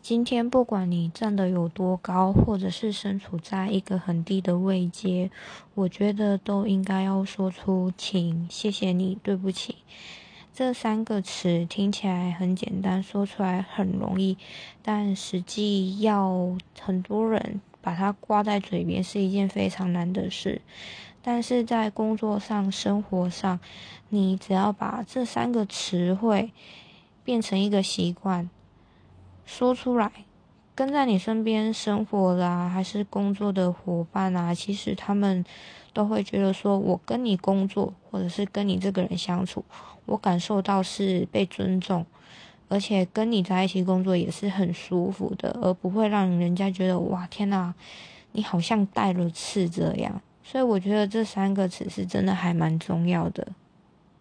今天不管你站得有多高，或者是身处在一个很低的位阶，我觉得都应该要说出请、谢谢你、对不起。这三个词听起来很简单，说出来很容易，但实际要很多人把它挂在嘴边是一件非常难的事。但是在工作上、生活上，你只要把这三个词汇变成一个习惯，说出来，跟在你身边生活啦，还是工作的伙伴啊，其实他们都会觉得说，我跟你工作，或者是跟你这个人相处，我感受到是被尊重，而且跟你在一起工作也是很舒服的，而不会让人家觉得哇天哪，你好像带了刺这样。所以我觉得这三个词是真的还蛮重要的。